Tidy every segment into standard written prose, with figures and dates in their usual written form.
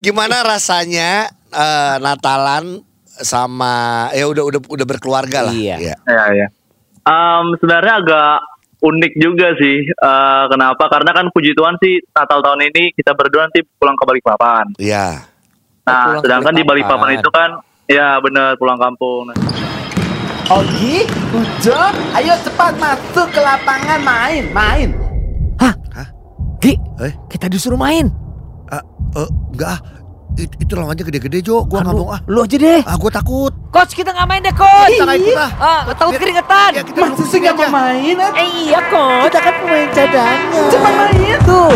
Gimana rasanya Natalan sama ya udah berkeluarga lah. Iya. Ya. Sebenarnya agak unik juga sih. Kenapa? Karena kan puji Tuhan sih Natal tahun ini kita berdua nanti pulang ke Balikpapan. Iya. Nah, sedangkan di Balikpapan itu kan, ya bener pulang kampung. Ogi, Ujo, ayo cepat masuk ke lapangan main. Hah? Gi, kita disuruh main. Enggak. Itu lawannya gede-gede Jo. Gua nggak mau Lu aja deh. Gua takut. Coach, kita nggak main deh, Coach. Kita nggak ikut lah. Takut keringetan. Ya, kita Masa sih nggak mau main? Iya, Coach. Kita kan pemain cadangan. Cepat main tuh.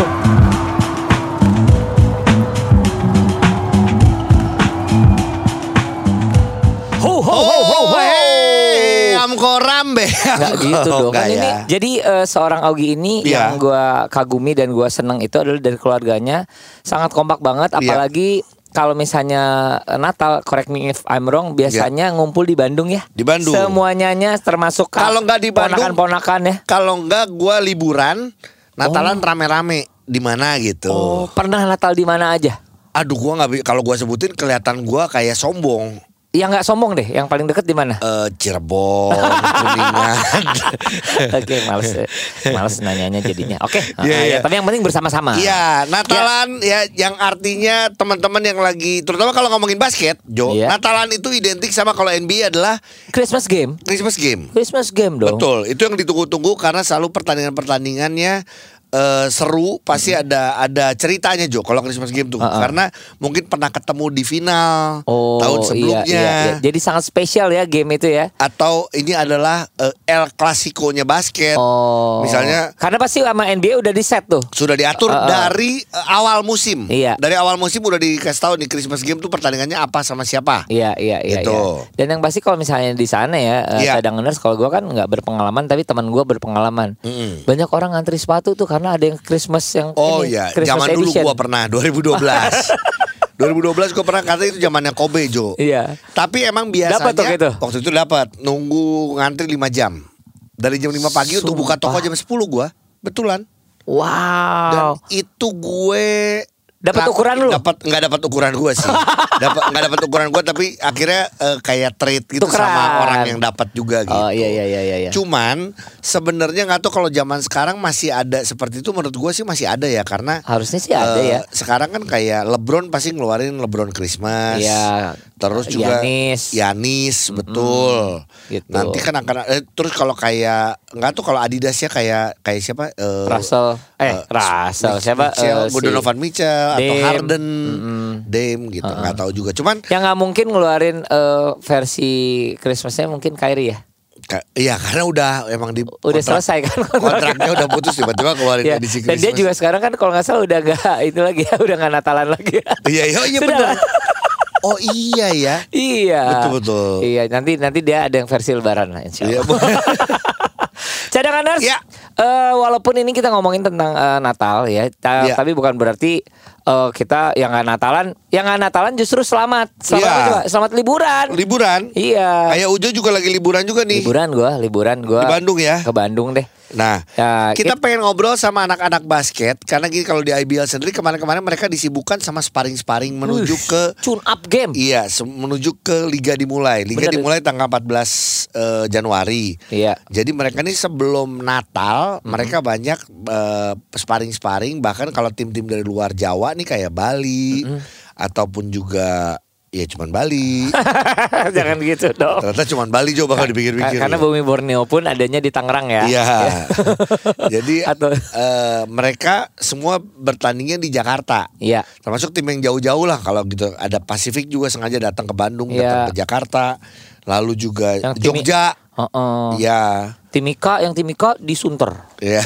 Amkorambe. Nggak gitu dong. Nggak Kan ini, ya. jadi seorang Augie ini Iya. yang gue kagumi dan gue seneng itu adalah dari keluarganya sangat kompak banget. Apalagi kalau misalnya Natal, correct me if I'm wrong, biasanya ngumpul di Bandung ya. Di Bandung. Semuanya termasuk Kalau nggak di Bandung, ponakan-ponakan ya. Kalau enggak gua liburan Natalan rame-rame di mana gitu. Oh, pernah Natal di mana aja? Aduh, gua nggak kalau gua sebutin kelihatan gua kayak sombong. Yang nggak sombong deh, yang paling deket di mana? Cirebon, Kuningan. Oke, males nanyanya jadinya. Oke, Iya. tapi yang penting bersama-sama. Iya, Natalan ya yang artinya teman-teman yang lagi terutama kalau ngomongin basket, Jo, Iya. Natalan itu identik sama kalau NBA adalah Christmas game. Christmas game. Christmas game dong. Betul, itu yang ditunggu-tunggu karena selalu pertandingannya seru, pasti ada ceritanya Jo kalau Christmas game tuh. Karena mungkin pernah ketemu di final tahun sebelumnya. Iya. Jadi sangat spesial ya game itu ya. Atau ini adalah El Clasico-nya basket. Misalnya karena pasti sama NBA udah di set tuh. sudah diatur dari awal musim. Iya. Dari awal musim udah dikasih tahu nih Christmas game tuh pertandingannya apa sama siapa. Iya. Gitu. Iya. Dan yang pasti kalau misalnya di sana ya, cadanganers, kalau gue kan nggak berpengalaman tapi teman gue berpengalaman. Banyak orang ngantri sepatu tuh karena ada yang Christmas yang Christmas zaman dulu edition. gua pernah 2012. 2012 gue pernah kata itu zamannya Kobe Jo. Iya. Tapi emang biasanya Dapat tuh gitu? waktu itu dapat nunggu ngantri 5 jam. Dari jam 5 pagi untuk buka toko jam 10 gua. Betulan. Wow. Dan itu gue Dapat ukuran lu? Nggak dapat ukuran gue sih. Nggak dapat ukuran gue tapi akhirnya kayak trade gitu Tukeran. sama orang yang dapat juga gitu. Oh iya. Cuman sebenarnya nggak tahu kalau zaman sekarang masih ada seperti itu, menurut gue sih masih ada ya karena Harusnya sih ada ya. Sekarang kan kayak LeBron pasti ngeluarin LeBron Christmas. Iya. Terus juga Giannis betul. Gitu. Nanti kan akan terus kalau kayak nggak tahu kalau Adidasnya kayak siapa? Russell siapa? Donovan Mitchell atau Dame. Harden, Dame gitu, nggak tahu juga. Cuman yang nggak mungkin ngeluarin versi Christmasnya mungkin Kyrie ya. Iya karena udah emang udah selesai kan kontraknya udah putus tiba-tiba keluarin ya, edisi dan Christmas. dia juga sekarang kan kalau nggak salah udah nggak itu lagi ya, udah nggak Natalan lagi. Iya benar. Oh iya ya. Iya. Betul. Iya nanti dia ada yang versi Lebaran lah insya Allah. Iya. Cadanganers, Ya. Walaupun ini kita ngomongin tentang Natal ya, tapi bukan berarti kita yang nggak Natalan justru selamat coba, selamat liburan. Iya. Kayak Ujo juga lagi liburan juga nih. Liburan gua Di Bandung ya. Ke Bandung deh. Nah, kita pengen ngobrol sama anak-anak basket karena gini kalau di IBL sendiri kemarin-kemarin mereka disibukkan sama sparring-sparring menuju ke tune up game. Iya, menuju ke liga dimulai. Liga dimulai tanggal 14 Januari. Iya. Jadi mereka nih sebelum Natal mereka banyak sparring-sparring, bahkan kalau tim-tim dari luar Jawa nih kayak Bali ataupun juga ya cuman Bali. Jangan gitu dong. Ternyata cuman Bali coba kalau dipikir-pikir. Karena Bumi Borneo pun adanya di Tangerang ya. Iya. Jadi mereka semua bertandingnya di Jakarta. Iya. Termasuk tim yang jauh-jauh lah kalau gitu. Ada Pasifik juga sengaja datang ke Bandung, datang ke Jakarta. Lalu juga yang Jogja. Iya. Timika di Sunter. Iya.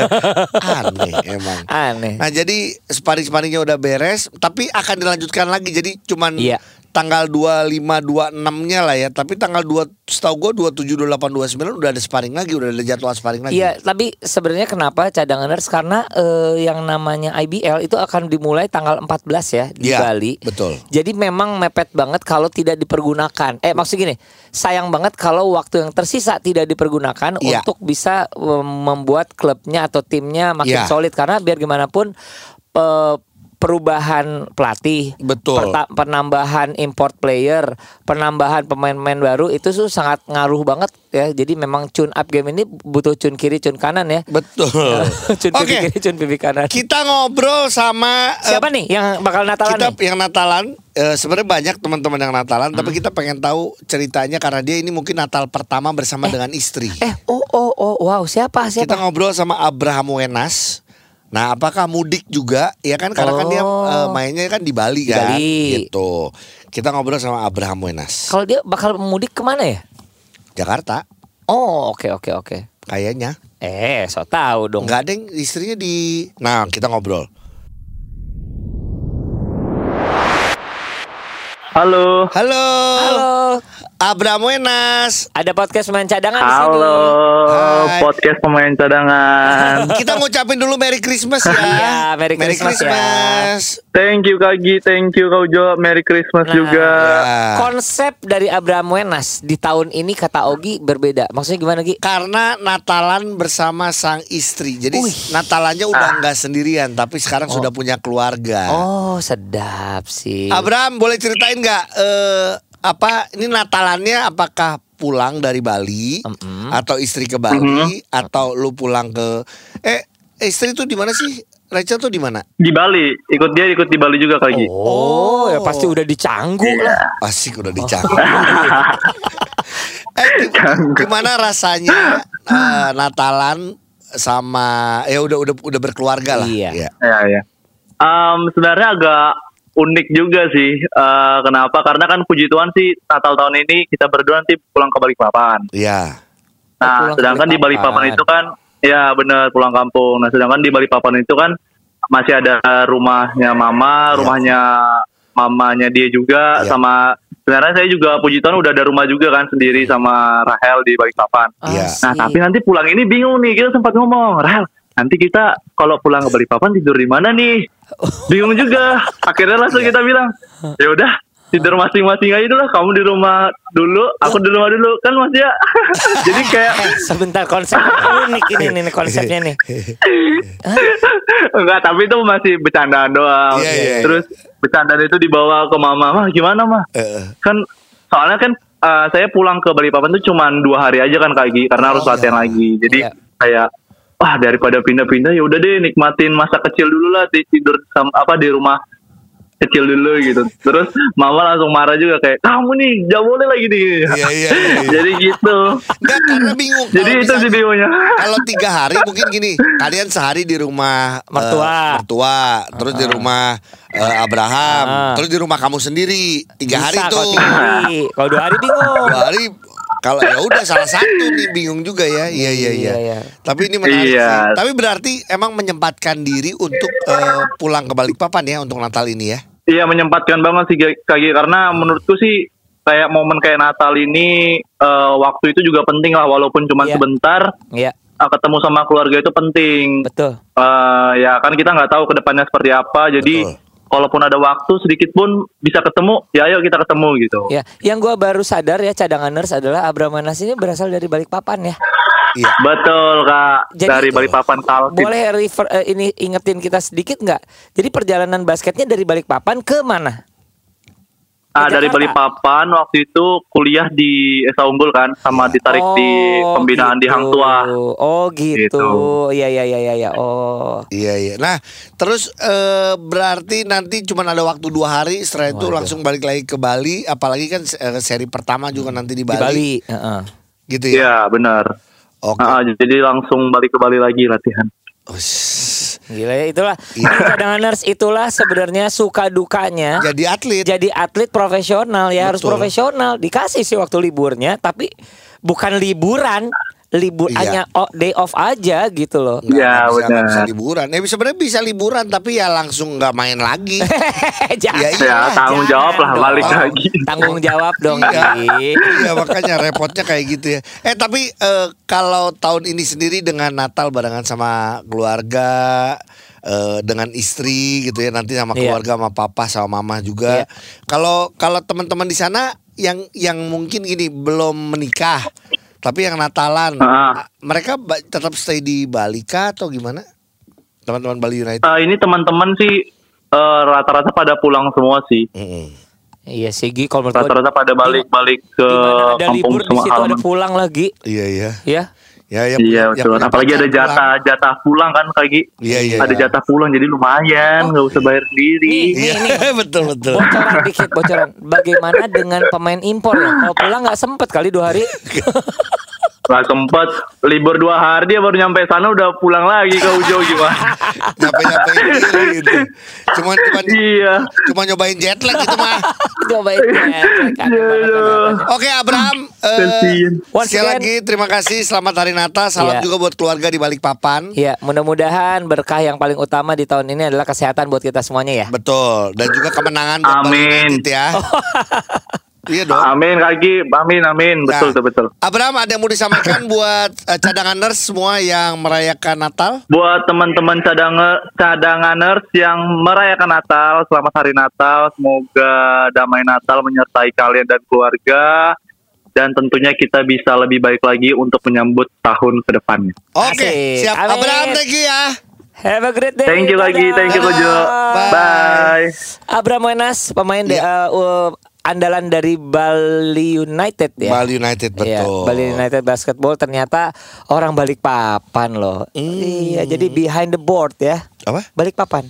Aneh emang. Aneh. Nah jadi sparring-sparringnya udah beres, tapi akan dilanjutkan lagi. Jadi cuman tanggal 25, 26-nya lah ya. Tapi tanggal 2, setahu gue 27, 28, 29 udah ada sparring lagi, udah ada jadwal sparring lagi. Iya, tapi sebenarnya kenapa cadanganers? Karena yang namanya IBL itu akan dimulai tanggal 14 ya di Bali. Betul. Jadi memang mepet banget kalau tidak dipergunakan. Maksud gini, sayang banget kalau waktu yang tersisa tidak dipergunakan untuk bisa membuat klubnya atau timnya makin solid. Karena biar gimana pun perubahan pelatih, betul, penambahan import player, penambahan pemain-pemain baru itu tuh sangat ngaruh banget ya. Jadi memang tune up game ini butuh tune kiri, tune kanan ya. Betul. Tune pipi kiri, tune pipi kanan. Kita ngobrol sama siapa nih yang bakal Natalan? Yang Natalan sebenarnya banyak teman-teman yang Natalan, tapi kita pengen tahu ceritanya karena dia ini mungkin Natal pertama bersama dengan istri. Wow, siapa? Kita ngobrol sama Abraham Wenas. Nah, apakah mudik juga? Ya kan karena kan dia mainnya kan di Bali kan. Gitu. Kita ngobrol sama Abraham Wenas. Kalau dia bakal mudik kemana ya? Jakarta. Oh, oke. Kayaknya. So tahu dong. Enggak, deng, istrinya di. Nah, kita ngobrol. Halo. Abraham Wenas. Ada podcast pemain cadangan di sini. Halo. Podcast pemain cadangan. Kita ngucapin dulu Merry Christmas ya. Iya, Merry Christmas. Ya. Thank you Kak Gi, thank you Kak Ujo, Merry Christmas juga. Ya. Konsep dari Abraham Wenas di tahun ini kata Ogi berbeda. Maksudnya gimana Gi? Karena Natalan bersama sang istri. Jadi Natalannya udah nggak sendirian, tapi sekarang sudah punya keluarga. Oh, sedap sih. Abraham, boleh ceritain nggak ini Natalannya apakah pulang dari Bali atau istri ke Bali atau lu pulang ke istri tuh di mana sih? Rachel tuh di mana? Di Bali, ikut di Bali juga Kak Gi. Ya pasti udah dicanggu lah. Asik udah dicanggu. Gimana rasanya Natalan sama udah berkeluarga lah. Iya. Sebenarnya agak unik juga sih. Kenapa? Karena kan puji Tuhan sih Natal tahun ini kita berdua nanti pulang ke Balikpapan. Iya. Nah, sedangkan di Balikpapan itu kan ya benar pulang kampung. Nah, sedangkan di Balikpapan itu kan masih ada rumahnya mama, rumahnya mamanya dia juga, sama sebenarnya saya juga puji Tuhan udah ada rumah juga kan sendiri sama Rahel di Balikpapan. Nah, tapi nanti pulang ini bingung nih, kita sempat ngomong, Rahel, nanti kita kalau pulang ke Balikpapan tidur di mana nih? Bingung juga. Akhirnya langsung kita bilang, ya udah tidur masing-masing aja dulu. Kamu di rumah dulu, aku di rumah dulu, kan Mas ya. Jadi kayak sebentar, konsep unik ini nih konsepnya nih. Enggak, tapi itu masih bercandaan doang. Terus bercandaan itu dibawa ke mama, gimana mah? Kan soalnya kan saya pulang ke Balikpapan tuh cuma 2 hari aja kan Kak Gi, karena harus latihan lagi. Jadi kayak daripada pindah-pindah ya udah deh nikmatin masa kecil dulu lah, tidur di rumah kecil dulu gitu. Terus mama langsung marah juga kayak kamu nih gak boleh lagi nih. Iya. Jadi gitu. Enggak, karena bingung. Jadi itu sih bingungnya. Kalau 3 hari mungkin gini, kalian sehari di rumah mertua, terus di rumah Abraham, terus di rumah kamu sendiri 3 hari tuh. Kalau 2 hari bingung. 2 hari kalau ya udah salah satu nih bingung juga ya. Iya. Tapi ini menarik sih. Tapi berarti emang menyempatkan diri untuk pulang ke Balikpapan ya untuk Natal ini ya. Iya, menyempatkan banget sih Kak Gi, karena menurutku sih kayak momen kayak Natal ini waktu itu juga penting lah, walaupun cuma sebentar. Iya. Ketemu sama keluarga itu penting. Betul. Ya kan kita nggak tahu kedepannya seperti apa, jadi kalaupun ada waktu sedikit pun bisa ketemu, ya ayo kita ketemu gitu. Ya, yang gue baru sadar ya cadanganers adalah Abraham Wenas ini berasal dari Balikpapan ya. Iya. Betul Kak. Jadi, dari Balikpapan Kaltim. Boleh ini ingetin kita sedikit nggak? Jadi perjalanan basketnya dari Balikpapan ke mana? Dari Balikpapan waktu itu kuliah di Esa Unggul kan, sama ditarik di pembinaan di Hang Tuah. Oh gitu. Iya. Oh. Iya. Nah, terus berarti nanti cuma ada waktu 2 hari, setelah itu langsung balik lagi ke Bali. Apalagi kan seri pertama juga nanti di Bali. Gitu ya? Iya benar. Jadi langsung balik ke Bali lagi latihan. Gila ya, itulah sebenarnya suka dukanya jadi atlet profesional ya. Betul. Harus profesional, dikasih sih waktu liburnya, tapi bukan liburan, hanya day off aja gitu loh. Nggak bisa liburan. Sebenarnya bisa liburan tapi ya langsung nggak main lagi. Tanggung jawab lah, balik lagi. Tanggung jawab dong. Iya, makanya repotnya kayak gitu ya. Tapi kalau tahun ini sendiri dengan Natal barengan sama keluarga, dengan istri gitu ya, nanti sama keluarga, sama papa sama mama juga. Kalau teman-teman di sana yang mungkin gini belum menikah tapi yang Natalan, mereka tetap stay di Bali kah atau gimana? Teman-teman Bali United? Ini teman-teman sih rata-rata pada pulang semua sih. Iya sih Gi, kalau menurut rata-rata pada balik ke ada kampung libur di situ ada pulang lagi. Iya. Ya. Iya betul. Apalagi ada jatah pulang kan Kak Gi. Iya. Ada jatah pulang jadi lumayan, nggak usah bayar sendiri. Nih. betul. Bocoran. Bagaimana dengan pemain impor ya? Kalau pulang nggak sempet kali 2 hari. Gak sempet, libur 2 hari dia baru nyampe sana udah pulang lagi ke Ujo gimana? Nyapain gitu. Cuma nyobain jet lag gitu mah. Nyobain jet lag. Oke Abraham, sekali lagi terima kasih, selamat hari Natal, salam juga buat keluarga di Balikpapan. Iya, mudah-mudahan berkah yang paling utama di tahun ini adalah kesehatan buat kita semuanya ya. Betul, dan juga kemenangan buat Bali United ya. Iya dong. Amin kaki, amin. Betul. Abraham, ada yang mau disampaikan buat cadanganers semua yang merayakan Natal? Buat teman-teman cadanganers yang merayakan Natal, selamat hari Natal. Semoga damai Natal menyertai kalian dan keluarga. Dan tentunya kita bisa lebih baik lagi untuk menyambut tahun ke depannya. Oke, siap. Amin. Abraham, thank you ya. Have a great day. Thank you lagi, thank you Kojo. Bye. Abraham Wenas, pemain andalan dari Bali United ya. Bali United betul. Ya, Bali United Basketball ternyata orang Balikpapan loh. Iya, jadi behind the board ya. Apa? Balikpapan.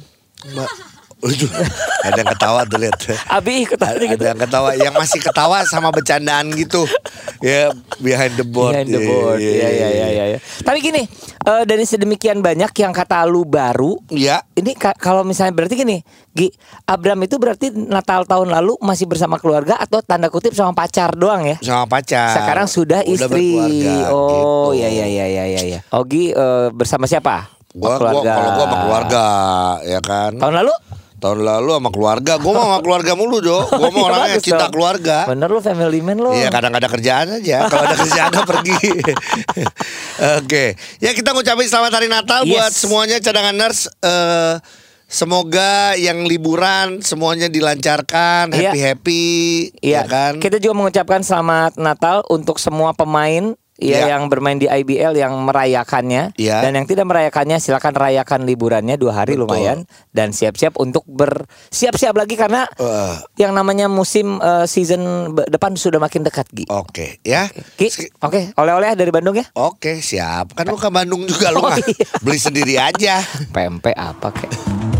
Ada yang ketawa tuh lihat. Abi ketawa gitu. Ada yang ketawa, yang masih ketawa sama bercandaan gitu. Ya, behind the board. Behind the board. Iya. Tapi gini, dari sedemikian banyak yang kata lu baru. Iya. Ini kalau misalnya berarti gini, Gi, Abram itu berarti Natal tahun lalu masih bersama keluarga atau tanda kutip sama pacar doang ya? Sama pacar. Sekarang sudah istri. Oh, gitu. Iya. Ogi bersama siapa? Kalau gua sama keluarga, ya kan. Tahun lalu sama keluarga. Gue mau sama keluarga mulu, Jo. Gue mau orangnya cinta keluarga. Bener lu family man lo. Iya, kadang ada kerjaan aja. Kalau ada kerjaan pergi. Oke. Ya, kita ngucapin selamat hari Natal buat semuanya cadanganers. Semoga yang liburan semuanya dilancarkan, happy-happy, ya kan. Kita juga mengucapkan selamat Natal untuk semua pemain yang bermain di IBL yang merayakannya dan yang tidak merayakannya silakan rayakan liburannya 2 hari. Betul. Lumayan dan siap-siap untuk bersiap-siap lagi karena yang namanya musim season depan sudah makin dekat Gi. Oke ya. Oke, oleh-oleh dari Bandung ya. Oke, siap. Kan lu ke Bandung juga lu beli sendiri aja. Pempek apa kek.